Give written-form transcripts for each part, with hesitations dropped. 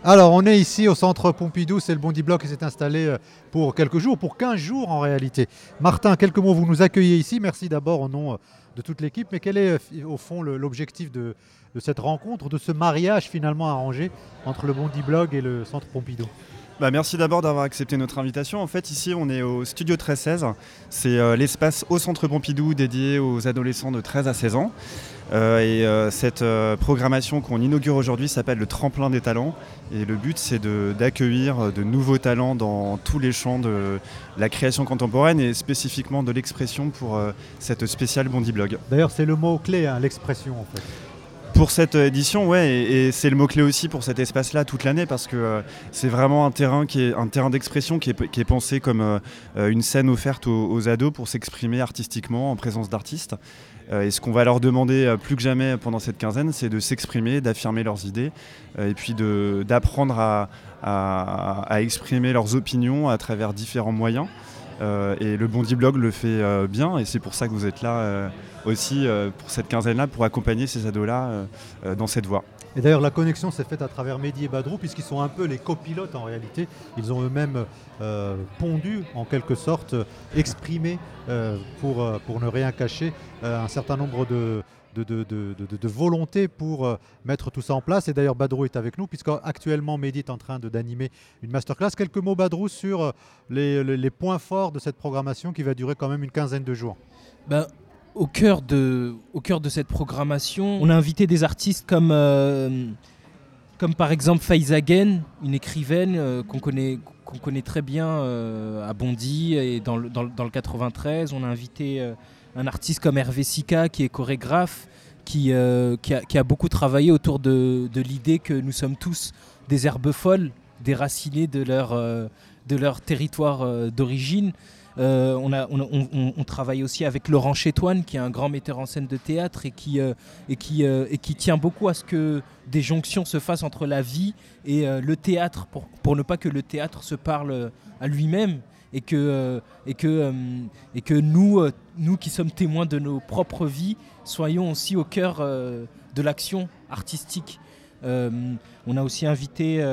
Alors, on est ici au centre Pompidou, c'est le Bondi Block qui s'est installé pour quelques jours, pour 15 jours en réalité. Martin, quelques mots, vous nous accueillez ici. Merci d'abord au nom de toute l'équipe. Mais quel est au fond l'objectif de cette rencontre, de ce mariage finalement arrangé entre le Bondi Block et le centre Pompidou? Merci d'abord d'avoir accepté notre invitation. En fait, ici, on est au Studio 13-16. C'est l'espace au Centre Pompidou dédié aux adolescents de 13 à 16 ans. Cette programmation qu'on inaugure aujourd'hui s'appelle le Tremplin des talents. Et le but, c'est d'accueillir de nouveaux talents dans tous les champs de la création contemporaine et spécifiquement de l'expression pour cette spéciale Bondi Blog. D'ailleurs, c'est le mot-clé, hein, l'expression en fait. Pour cette édition, ouais, et c'est le mot-clé aussi pour cet espace-là toute l'année parce que c'est vraiment un terrain d'expression qui est pensé comme une scène offerte aux ados pour s'exprimer artistiquement en présence d'artistes. Et ce qu'on va leur demander plus que jamais pendant cette quinzaine, c'est de s'exprimer, d'affirmer leurs idées et puis d'apprendre à exprimer leurs opinions à travers différents moyens. Et le Bondi Blog le fait bien et c'est pour ça que vous êtes là aussi pour cette quinzaine-là pour accompagner ces ados-là dans cette voie. Et d'ailleurs, la connexion s'est faite à travers Mehdi et Badrou, puisqu'ils sont un peu les copilotes en réalité. Ils ont eux-mêmes pondu, en quelque sorte, exprimé, pour ne rien cacher, un certain nombre de volontés pour mettre tout ça en place. Et d'ailleurs, Badrou est avec nous, puisqu'actuellement, Mehdi est en train d'animer une masterclass. Quelques mots, Badrou, sur les points forts de cette programmation qui va durer quand même une quinzaine de jours. Au cœur de cette programmation, on a invité des artistes comme par exemple Faiza Gen, une écrivaine qu'on connaît très bien à Bondy et dans le 93. On a invité un artiste comme Hervé Sika qui est chorégraphe, qui a beaucoup travaillé autour de l'idée que nous sommes tous des herbes folles, déracinées de leur territoire d'origine. On travaille aussi avec Laurent Chétoine, qui est un grand metteur en scène de théâtre et qui tient beaucoup à ce que des jonctions se fassent entre la vie et le théâtre, pour ne pas que le théâtre se parle à lui-même et que nous qui sommes témoins de nos propres vies soyons aussi au cœur de l'action artistique. On a aussi invité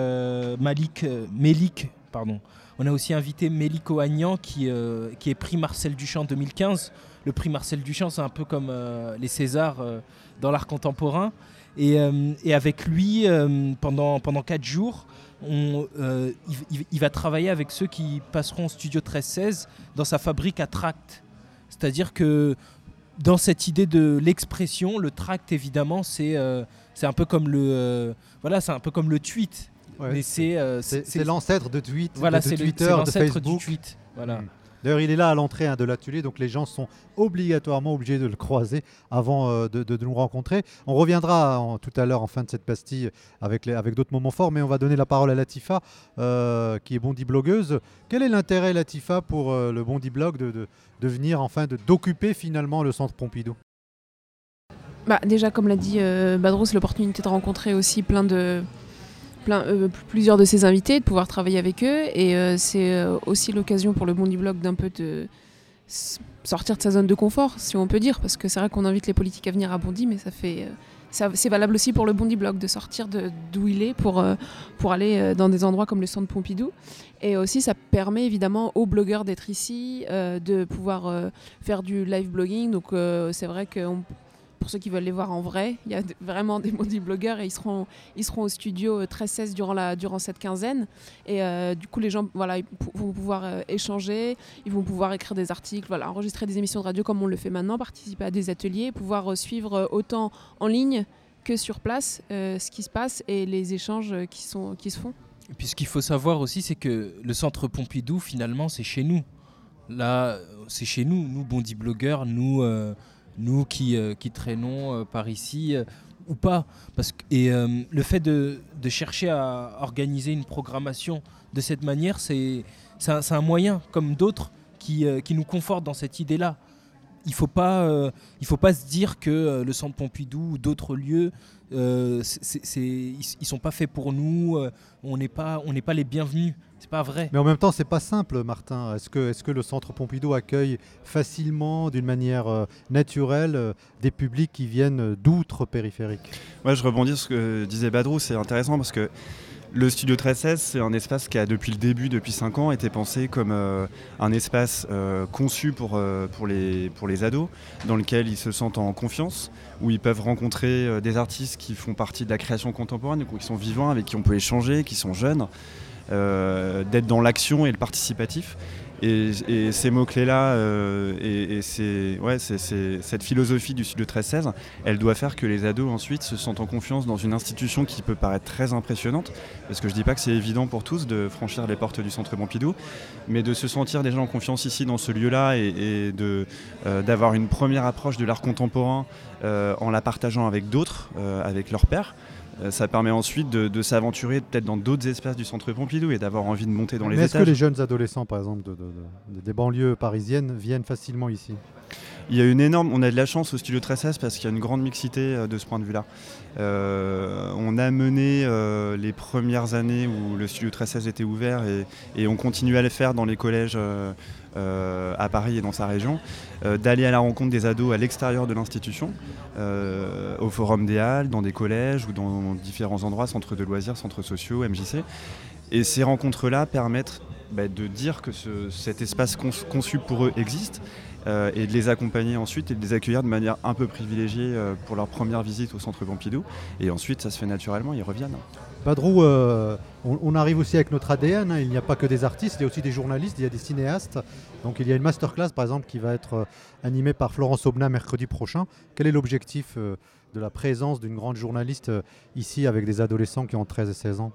On a aussi invité Mélik Ohanian qui est prix Marcel Duchamp 2015. Le prix Marcel Duchamp, c'est un peu comme les Césars dans l'art contemporain. Et avec lui, pendant 4 jours, il va travailler avec ceux qui passeront au Studio 13-16 dans sa fabrique à tract. C'est-à-dire que dans cette idée de l'expression, le tract, évidemment, c'est un peu comme c'est un peu comme le tweet. Ouais, mais c'est l'ancêtre de Twitter, c'est de Facebook. Du tweet. Voilà. D'ailleurs, il est là à l'entrée de l'atelier, donc les gens sont obligatoirement obligés de le croiser avant de nous rencontrer. On reviendra tout à l'heure en fin de cette pastille avec d'autres moments forts, mais on va donner la parole à Latifa, qui est Bondi blogueuse. Quel est l'intérêt, Latifa, pour le Bondi Blog de venir, d'occuper finalement le centre Pompidou? Déjà, comme l'a dit Badrou, c'est l'opportunité de rencontrer aussi plusieurs de ses invités, de pouvoir travailler avec eux, et c'est aussi l'occasion pour le Bondi Blog d'un peu de sortir de sa zone de confort, si on peut dire, parce que c'est vrai qu'on invite les politiques à venir à Bondy, mais c'est valable aussi pour le Bondi Blog de sortir d'où il est pour aller dans des endroits comme le centre Pompidou. Et aussi, ça permet évidemment aux blogueurs d'être ici, de pouvoir faire du live blogging. Donc c'est vrai que pour ceux qui veulent les voir en vrai, il y a vraiment des Bondi blogueurs et ils seront au studio 13-16 durant cette quinzaine. Et du coup, les gens ils vont pouvoir échanger, ils vont pouvoir écrire des articles, enregistrer des émissions de radio comme on le fait maintenant, participer à des ateliers, pouvoir suivre autant en ligne que sur place ce qui se passe et les échanges qui se font. Et puis ce qu'il faut savoir aussi, c'est que le centre Pompidou, finalement, c'est chez nous. Là, c'est chez nous, Bondi blogueurs, nous qui traînons par ici ou pas. Le fait de chercher à organiser une programmation de cette manière, c'est un moyen, comme d'autres, qui nous conforte dans cette idée-là. Il faut pas se dire que le centre Pompidou ou d'autres lieux, ils sont pas faits pour nous, on n'est pas les bienvenus. C'est pas vrai. Mais en même temps, c'est pas simple, Martin. Est-ce que le centre Pompidou accueille facilement, d'une manière naturelle, des publics qui viennent d'outre périphériques? Ouais, je rebondis sur ce que disait Badrou, c'est intéressant parce que Le Studio 1316, c'est un espace qui a depuis le début, depuis 5 ans, été pensé comme un espace conçu pour les ados, dans lequel ils se sentent en confiance, où ils peuvent rencontrer des artistes qui font partie de la création contemporaine, qui sont vivants, avec qui on peut échanger, qui sont jeunes, d'être dans l'action et le participatif. Et ces mots-clés-là, cette philosophie du Studio 1316, elle doit faire que les ados ensuite se sentent en confiance dans une institution qui peut paraître très impressionnante, parce que je ne dis pas que c'est évident pour tous de franchir les portes du Centre Pompidou, mais de se sentir déjà en confiance ici dans ce lieu-là et d'avoir une première approche de l'art contemporain en la partageant avec d'autres, avec leurs pairs. Ça permet ensuite de s'aventurer peut-être dans d'autres espaces du Centre Pompidou et d'avoir envie de monter dans les étages. Mais est-ce que les jeunes adolescents, par exemple, des banlieues parisiennes viennent facilement ici ? On a de la chance au Studio 1316 parce qu'il y a une grande mixité de ce point de vue-là. On a mené les premières années où le Studio 1316 était ouvert et on continue à le faire dans les collèges à Paris et dans sa région, d'aller à la rencontre des ados à l'extérieur de l'institution, au Forum des Halles, dans des collèges ou dans différents endroits, centres de loisirs, centres sociaux, MJC. Et ces rencontres-là permettent de dire que cet espace conçu pour eux existe et de les accompagner ensuite et de les accueillir de manière un peu privilégiée pour leur première visite au Centre Pompidou. Et ensuite, ça se fait naturellement, ils reviennent. Badrou, on arrive aussi avec notre ADN, il n'y a pas que des artistes, il y a aussi des journalistes, il y a des cinéastes. Donc il y a une masterclass par exemple qui va être animée par Florence Aubenas mercredi prochain. Quel est l'objectif de la présence d'une grande journaliste ici avec des adolescents qui ont 13 et 16 ans ?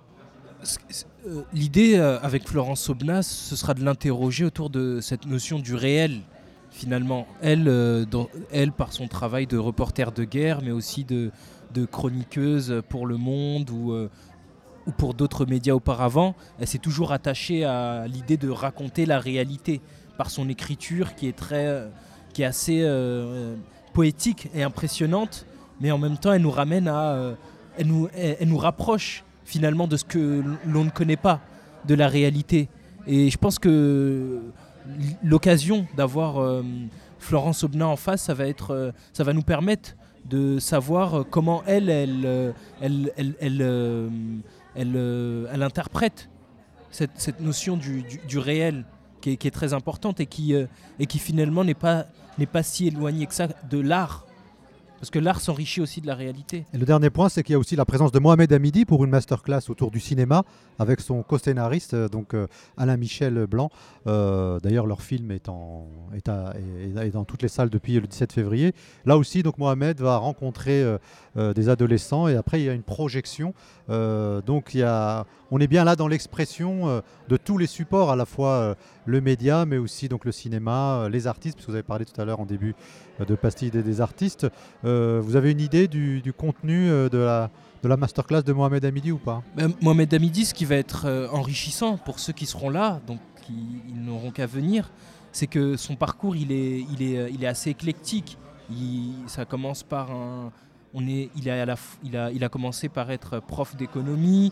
L'idée avec Florence Aubenas, ce sera de l'interroger autour de cette notion du réel. Finalement, elle, par son travail de reporter de guerre, mais aussi de chroniqueuse pour Le Monde ou pour d'autres médias auparavant, elle s'est toujours attachée à l'idée de raconter la réalité par son écriture qui est assez poétique et impressionnante, mais en même temps, elle nous ramène elle nous rapproche finalement de ce que l'on ne connaît pas, de la réalité. Et je pense que l'occasion d'avoir Florence Aubenas en face, ça va nous permettre de savoir comment elle interprète cette notion du réel qui est très importante et qui finalement n'est pas si éloignée que ça de l'art. Parce que l'art s'enrichit aussi de la réalité. Et le dernier point, c'est qu'il y a aussi la présence de Mohamed Hamidi pour une masterclass autour du cinéma avec son co-scénariste, Alain-Michel Blanc. D'ailleurs, leur film est dans toutes les salles depuis le 17 février. Là aussi, donc, Mohamed va rencontrer des adolescents et après, il y a une projection. On est bien là dans l'expression de tous les supports, à la fois le média, mais aussi donc, le cinéma, les artistes, parce que vous avez parlé tout à l'heure en début de Pastille des artistes. Vous avez une idée du contenu de la masterclass de Mohamed Hamidi ou pas ? Mohamed Hamidi, ce qui va être enrichissant pour ceux qui seront là, donc ils n'auront qu'à venir, c'est que son parcours il est assez éclectique. Ça commence par il a commencé par être prof d'économie.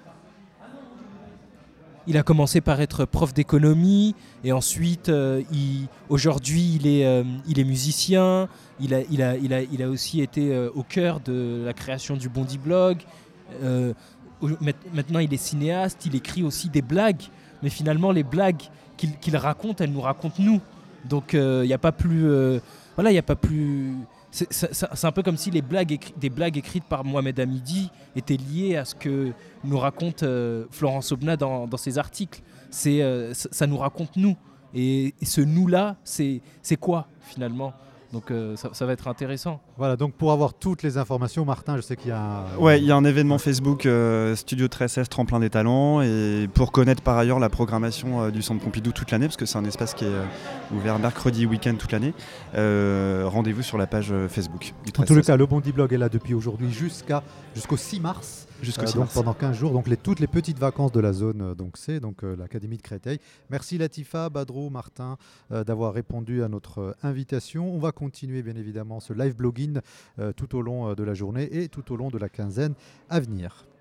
Il a commencé par être prof d'économie et ensuite, aujourd'hui, il est musicien. Il a aussi été au cœur de la création du Bondi Blog. Maintenant, il est cinéaste. Il écrit aussi des blagues. Mais finalement, les blagues qu'il raconte, elles nous racontent nous. Donc, il n'y a pas plus... il n'y a pas plus... C'est un peu comme si des blagues écrites par Mohamed Hamidi étaient liées à ce que nous raconte Florence Aubenas dans ses articles. Ça nous raconte nous. Et ce nous-là, c'est quoi finalement ? Donc ça va être intéressant. Voilà, donc pour avoir toutes les informations, Martin, je sais qu'il y a il y a un événement Facebook Studio 1316 Tremplin des Talents, et pour connaître par ailleurs la programmation du Centre Pompidou toute l'année, parce que c'est un espace qui est ouvert mercredi week-end toute l'année, rendez-vous sur la page Facebook du 1316. En tous les cas, le Bondi Blog est là depuis aujourd'hui jusqu'au 6 mars. Donc pendant 15 jours, donc toutes les petites vacances de la zone, c'est l'Académie de Créteil. Merci Latifa, Badrou, Martin d'avoir répondu à notre invitation. On va continuer bien évidemment ce live blogging tout au long de la journée et tout au long de la quinzaine à venir.